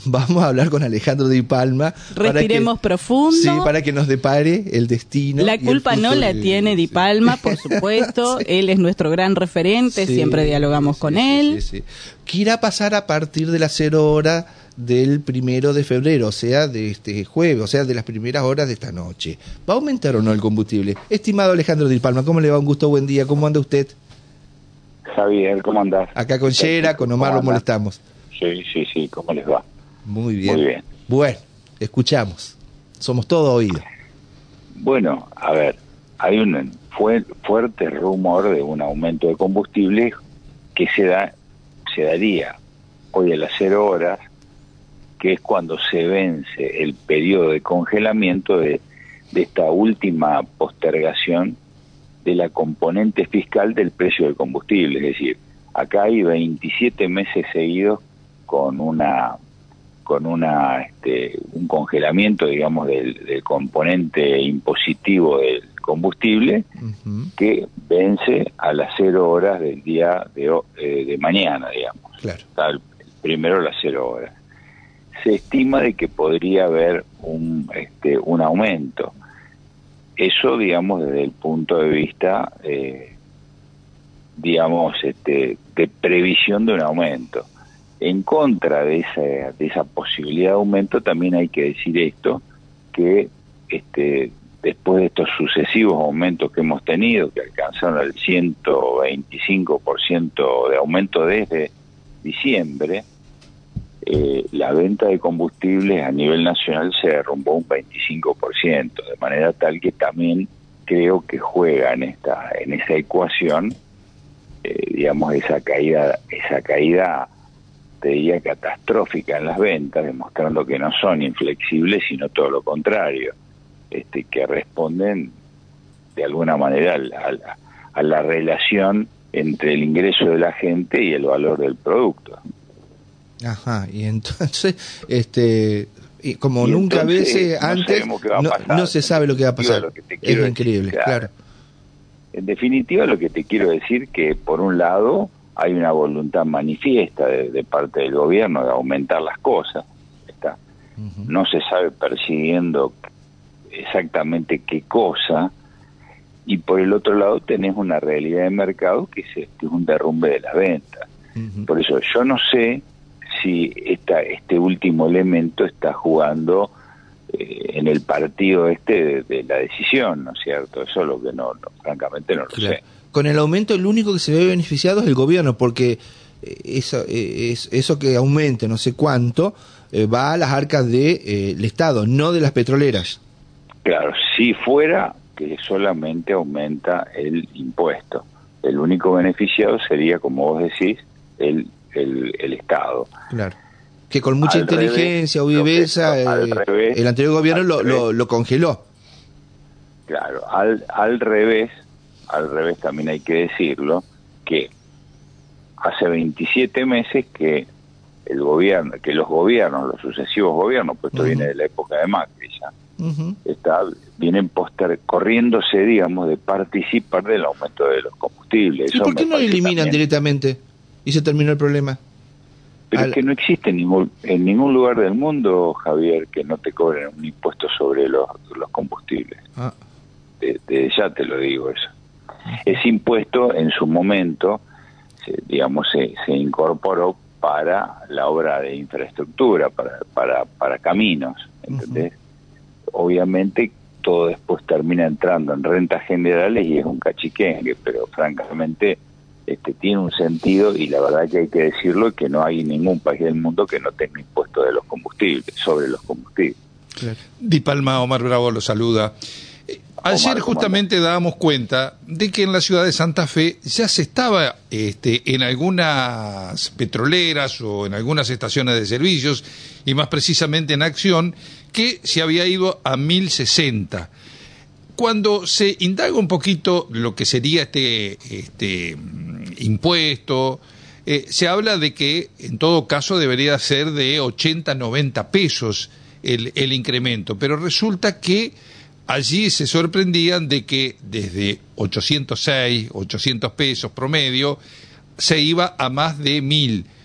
vamos a hablar con Alejandro Di Palma. Respiremos profundo. Sí, para que nos depare el destino. La culpa no la tiene Di Palma, por supuesto. Sí. Él es nuestro gran referente, siempre dialogamos con él. ¿Qué irá a pasar a partir de las 0 horas del 1 de febrero, o sea, de este jueves, o sea, de las primeras horas de esta noche? ¿Va a aumentar o no el combustible? Estimado Alejandro Di Palma, ¿cómo le va? Un gusto, buen día. ¿Cómo anda usted? Javier, ¿cómo andás? Acá con Yera, con Omar lo molestamos. Sí, ¿cómo les va? Muy bien. Bueno, escuchamos. Somos todo oído. Bueno, a ver, hay un fuerte rumor de un aumento de combustible que se daría hoy a las 0 horas, que es cuando se vence el periodo de congelamiento de esta última postergación de la componente fiscal del precio del combustible. Es decir, acá hay 27 meses seguidos con un congelamiento, digamos, del componente impositivo del combustible, que vence a las 0 horas del día de mañana, digamos. Claro. El primero a las 0 horas. Se estima de que podría haber un aumento. Eso, digamos, desde el punto de vista, de previsión de un aumento. En contra de esa posibilidad de aumento, también hay que decir esto, que después de estos sucesivos aumentos que hemos tenido, que alcanzaron el 125% de aumento desde diciembre, la venta de combustibles a nivel nacional se derrumbó un 25%, de manera tal que también creo que juega en esa ecuación, digamos, esa caída, te diría, catastrófica en las ventas, demostrando que no son inflexibles, sino todo lo contrario, que responden de alguna manera a la relación entre el ingreso de la gente y el valor del producto. Ajá, y entonces, como nunca veces antes, no se sabe lo que va a pasar. Es increíble, claro. En definitiva, lo que te quiero decir que, por un lado, hay una voluntad manifiesta de parte del gobierno de aumentar las cosas. No se sabe persiguiendo exactamente qué cosa, y por el otro lado tenés una realidad de mercado que es un derrumbe de las ventas. Por eso yo no sé si este último elemento está jugando en el partido de la decisión, ¿no es cierto? Eso es lo que francamente no lo sé. Con el aumento, el único que se ve beneficiado es el gobierno, porque eso que aumente no sé cuánto va a las arcas del Estado, no de las petroleras. Claro, si fuera que solamente aumenta el impuesto, el único beneficiado sería, como vos decís, el Estado. Claro. Que con mucha inteligencia o viveza el anterior gobierno lo congeló. Claro, al revés también hay que decirlo, que hace 27 meses que los sucesivos gobiernos, pues esto viene de la época de Macri ya, vienen corriéndose, digamos, de participar del aumento de los combustibles. ¿Y por qué no lo eliminan directamente y se terminó el problema? Pero es que no existe en ningún lugar del mundo, Javier, que no te cobren un impuesto sobre los combustibles. Ya te lo digo eso. Ese impuesto en su momento, se incorporó para la obra de infraestructura, para caminos, ¿entendés? Obviamente todo después termina entrando en rentas generales y es un cachiquengue, pero francamente tiene un sentido, y la verdad que hay que decirlo, que no hay ningún país del mundo que no tenga impuesto de los combustibles, sobre los combustibles. Claro. Di Palma, Omar Bravo lo saluda. Ayer justamente dábamos cuenta de que en la ciudad de Santa Fe ya se estaba en algunas petroleras o en algunas estaciones de servicios, y más precisamente en Acción, que se había ido a 1060. Cuando se indaga un poquito lo que sería este impuesto, se habla de que en todo caso debería ser de 80, 90 pesos el incremento, pero resulta que allí se sorprendían de que desde 806, 800 pesos promedio, se iba a más de 1000.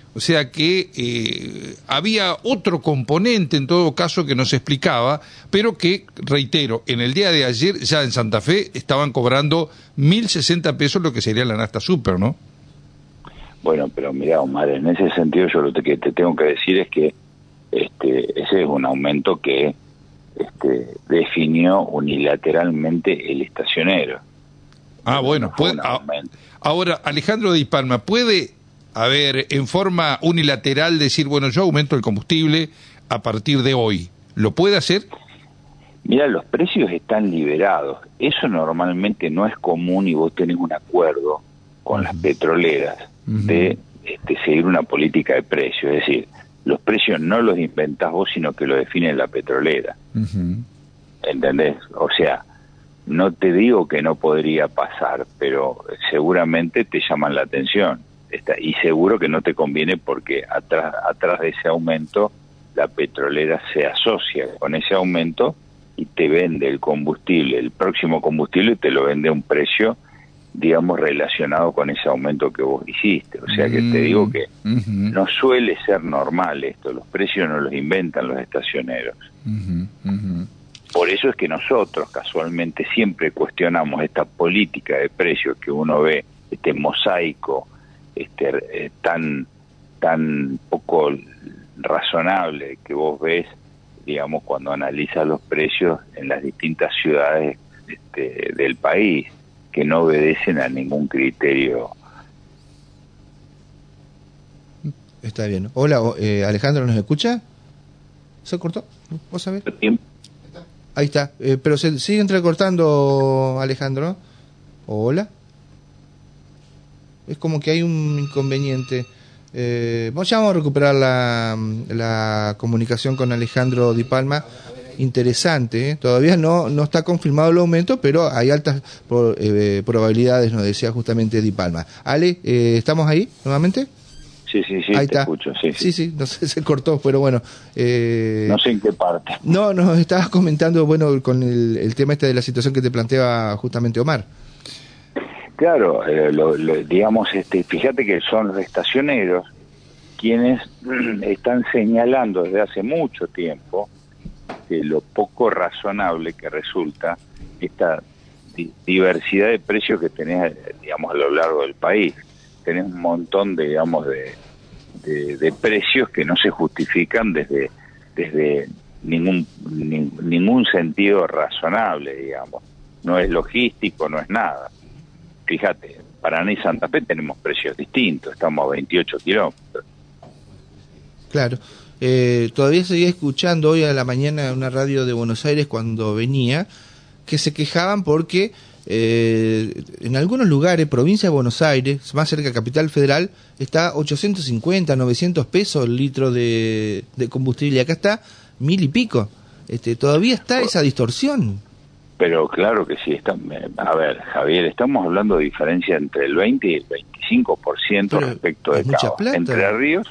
O sea que había otro componente en todo caso que no se explicaba, pero que, reitero, en el día de ayer ya en Santa Fe estaban cobrando 1.060 pesos lo que sería la nafta super, ¿no? Bueno, pero mira, Omar, en ese sentido yo lo que te tengo que decir es que ese es un aumento que definió unilateralmente el estacionero. Bueno, ahora Alejandro Di Palma, ¿puede haber en forma unilateral decir, bueno, yo aumento el combustible a partir de hoy? ¿Lo puede hacer? Mira, los precios están liberados. Eso normalmente no es común y vos tenés un acuerdo con las petroleras de seguir una política de precios. Es decir, los precios no los inventás vos, sino que lo define la petrolera. ¿Entendés? O sea, no te digo que no podría pasar, pero seguramente te llaman la atención. Y seguro que no te conviene porque atrás de ese aumento la petrolera se asocia con ese aumento y te vende el combustible, el próximo combustible te lo vende a un precio, digamos, relacionado con ese aumento que vos hiciste. O sea que te digo que no suele ser normal esto, los precios no los inventan los estacioneros. Por eso es que nosotros casualmente siempre cuestionamos esta política de precios que uno ve, este mosaico tan poco razonable que vos ves, digamos, cuando analizas los precios en las distintas ciudades del país, que no obedecen a ningún criterio. Está bien. Hola, Alejandro, ¿nos escucha? ¿Se cortó? ¿Vos sabés? Ahí está. Pero se sigue entrecortando, Alejandro. Hola. Es como que hay un inconveniente. Vamos a recuperar la comunicación con Alejandro Di Palma. Interesante, ¿eh? Todavía no está confirmado el aumento, pero hay altas probabilidades, nos decía justamente Di Palma. Ale, ¿estamos ahí nuevamente? Sí, ahí te escucho. Sí, no sé, se cortó, pero bueno. No sé en qué parte. No, nos estabas comentando, bueno, con el tema de la situación que te planteaba justamente Omar. Claro, digamos, fíjate que son los estacioneros quienes están señalando desde hace mucho tiempo lo poco razonable que resulta esta diversidad de precios que tenés, digamos, a lo largo del país. Tenés un montón de, digamos, de precios que no se justifican desde ningún sentido razonable, digamos. No es logístico, no es nada. Fíjate, Paraná y Santa Fe tenemos precios distintos, estamos a 28 kilómetros. Claro. Todavía seguía escuchando hoy a la mañana una radio de Buenos Aires cuando venía, que se quejaban porque en algunos lugares, provincia de Buenos Aires, más cerca de Capital Federal, está 850, 900 pesos el litro de combustible, y acá está 1.000 y pico. Todavía está esa distorsión. Pero claro que sí. A ver, Javier, estamos hablando de diferencia entre el 20 y el 25% pero respecto de Cava. Plata. Entre Ríos,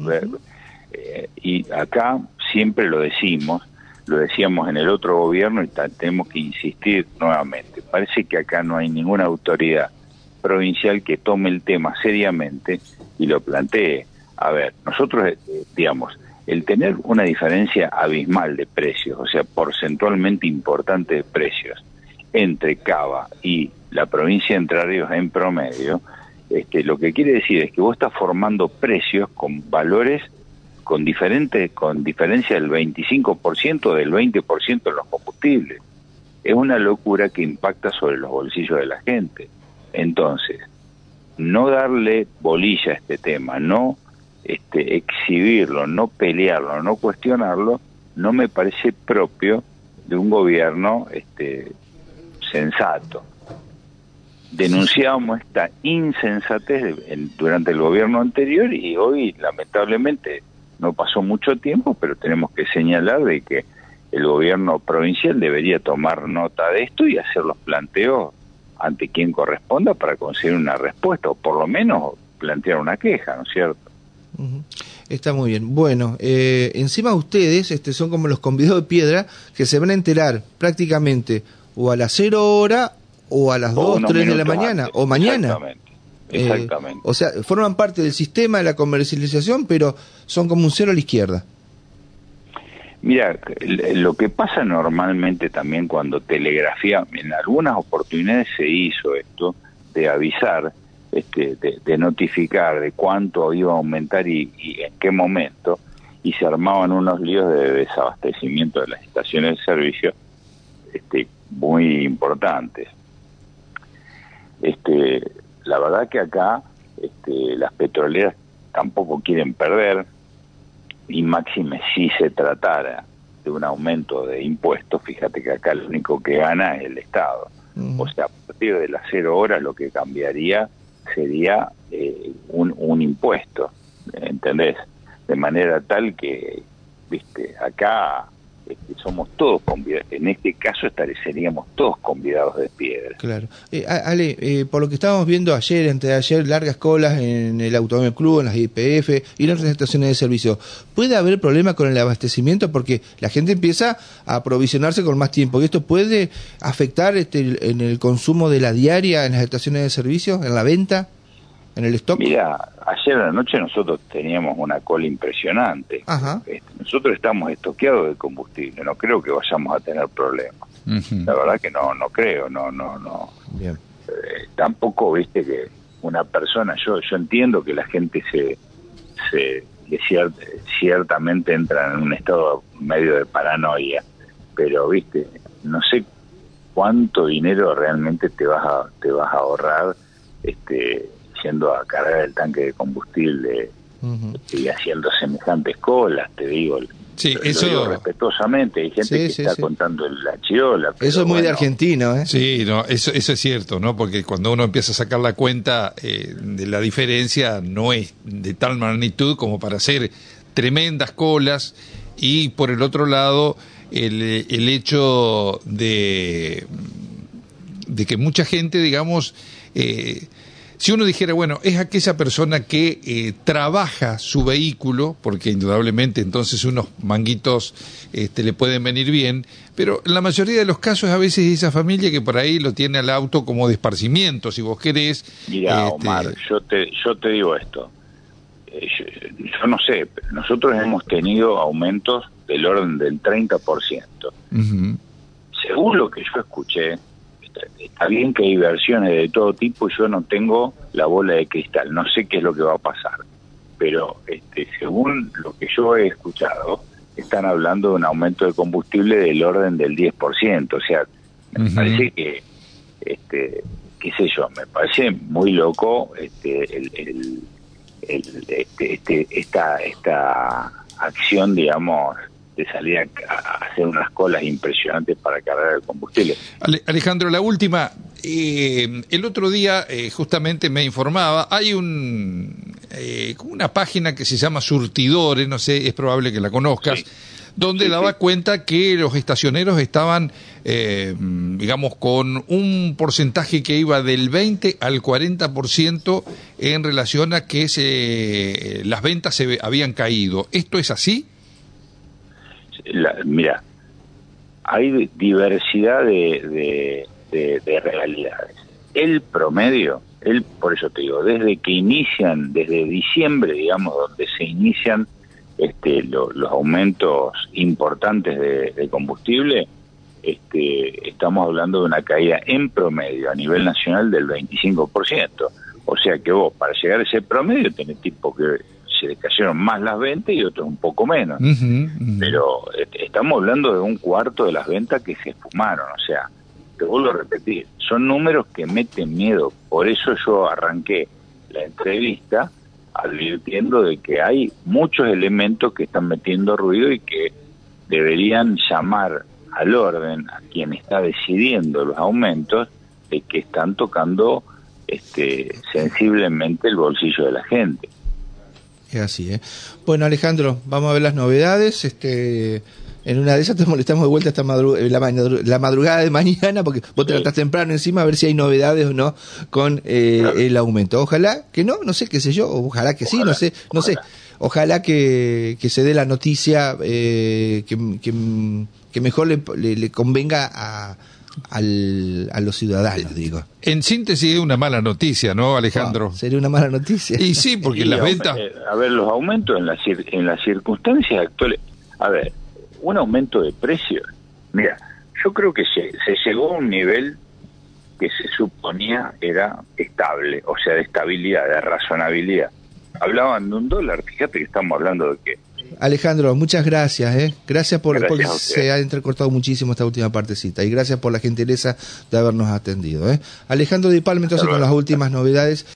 y acá siempre lo decíamos en el otro gobierno y tenemos que insistir nuevamente. Parece que acá no hay ninguna autoridad provincial que tome el tema seriamente y lo plantee. A ver, nosotros, digamos, el tener una diferencia abismal de precios, o sea, porcentualmente importante de precios, entre Cava y la provincia de Entre Ríos en promedio, lo que quiere decir es que vos estás formando precios con valores con diferencia del 25%, del 20% en los combustibles. Es una locura que impacta sobre los bolsillos de la gente. Entonces, no darle bolilla a este tema, no exhibirlo, no pelearlo, no cuestionarlo, no me parece propio de un gobierno sensato. Denunciábamos esta insensatez durante el gobierno anterior y hoy, lamentablemente, no pasó mucho tiempo, pero tenemos que señalar de que el gobierno provincial debería tomar nota de esto y hacer los planteos ante quien corresponda para conseguir una respuesta, o por lo menos plantear una queja, ¿no es cierto? Está muy bien. Bueno, encima ustedes son como los convidados de piedra que se van a enterar prácticamente o a las 0 horas o a las 2, 3 de la mañana, antes, o mañana. Exactamente. O sea, forman parte del sistema de la comercialización, pero son como un cero a la izquierda. Mira, lo que pasa normalmente también cuando telegrafía, en algunas oportunidades se hizo esto, de avisar, de notificar de cuánto iba a aumentar y en qué momento, y se armaban unos líos de desabastecimiento de las estaciones de servicio muy importantes. La verdad que acá las petroleras tampoco quieren perder, y máxime si se tratara de un aumento de impuestos. Fíjate que acá lo único que gana es el Estado. O sea, a partir de las 0 horas lo que cambiaría sería un impuesto, ¿entendés? De manera tal que, acá somos todos convidados, en este caso seríamos todos convidados de piedra. Claro. Ale, por lo que estábamos viendo ayer, antes de ayer, largas colas en el Automóvil Club, en las IPF y en otras estaciones de servicio. ¿Puede haber problema con el abastecimiento? Porque la gente empieza a aprovisionarse con más tiempo, y esto puede afectar en el consumo de la diaria en las estaciones de servicio, en la venta, en el stock. Mira, ayer a la noche nosotros teníamos una cola impresionante. Ajá. Nosotros estamos estoqueados de combustible, no creo que vayamos a tener problemas. Uh-huh. La verdad que no creo, no. Bien. Tampoco, que una persona, yo entiendo que la gente ciertamente entra en un estado medio de paranoia, pero no sé cuánto dinero realmente te vas a ahorrar yendo a cargar el tanque de combustible. Uh-huh. Y haciendo semejantes colas, te digo. Sí, eso lo digo respetuosamente. Hay gente que está contando la chiola. Eso es muy de argentino, ¿eh? Sí, no, eso es cierto, ¿no? Porque cuando uno empieza a sacar la cuenta de la diferencia, no es de tal magnitud como para hacer tremendas colas. Y por el otro lado, el hecho de que mucha gente, digamos, si uno dijera, bueno, es aquella persona que trabaja su vehículo, porque indudablemente entonces unos manguitos le pueden venir bien, pero en la mayoría de los casos a veces esa familia que por ahí lo tiene al auto como de esparcimiento, si vos querés. Mira, Omar, yo te digo esto, yo no sé, pero nosotros hemos tenido aumentos del orden del 30%. Uh-huh. Según lo que yo escuché, está bien que hay versiones de todo tipo, y yo no tengo la bola de cristal, no sé qué es lo que va a pasar, pero según lo que yo he escuchado, están hablando de un aumento de combustible del orden del 10%, o sea, me uh-huh. parece que, qué sé yo, me parece muy loco esta acción, digamos, de salir a hacer unas colas impresionantes para cargar el combustible. Alejandro, la última. El otro día justamente me informaba, hay una página que se llama Surtidores, no sé, es probable que la conozcas, sí. Donde daba cuenta que los estacioneros estaban, digamos, con un porcentaje que iba del 20 al 40% en relación a que las ventas se habían caído. ¿Esto es así? Mira, hay diversidad de realidades. El promedio, por eso te digo, desde diciembre, digamos, donde se inician los aumentos importantes de combustible, estamos hablando de una caída en promedio a nivel nacional del 25%. O sea que vos, para llegar a ese promedio, tenés tipo que se le cayeron más las ventas y otros un poco menos. Uh-huh, uh-huh. Pero estamos hablando de un cuarto de las ventas que se esfumaron. O sea, te vuelvo a repetir, son números que meten miedo. Por eso yo arranqué la entrevista advirtiendo de que hay muchos elementos que están metiendo ruido y que deberían llamar al orden a quien está decidiendo los aumentos, de que están tocando sensiblemente el bolsillo de la gente. Es así, ¿eh? Bueno, Alejandro, vamos a ver las novedades. En una de esas te molestamos de vuelta esta la madrugada de mañana, porque vos te levantás temprano encima a ver si hay novedades o no con el aumento. Ojalá que no sé, qué sé yo, ojalá que sí, ojalá, no sé. Ojalá que se dé la noticia que mejor le convenga a los ciudadanos, digo. En síntesis, es una mala noticia, ¿no, Alejandro? Sería una mala noticia. Y sí, porque las ventas... A ver, los aumentos en las circunstancias actuales... A ver, un aumento de precios... Mira, yo creo que se llegó a un nivel que se suponía era estable, o sea, de estabilidad, de razonabilidad. Hablaban de $1, fíjate que estamos hablando de que... Alejandro, muchas gracias, Gracias porque se ha entrecortado muchísimo esta última partecita y gracias por la gentileza de habernos atendido, Alejandro Di Palma, entonces con las últimas novedades.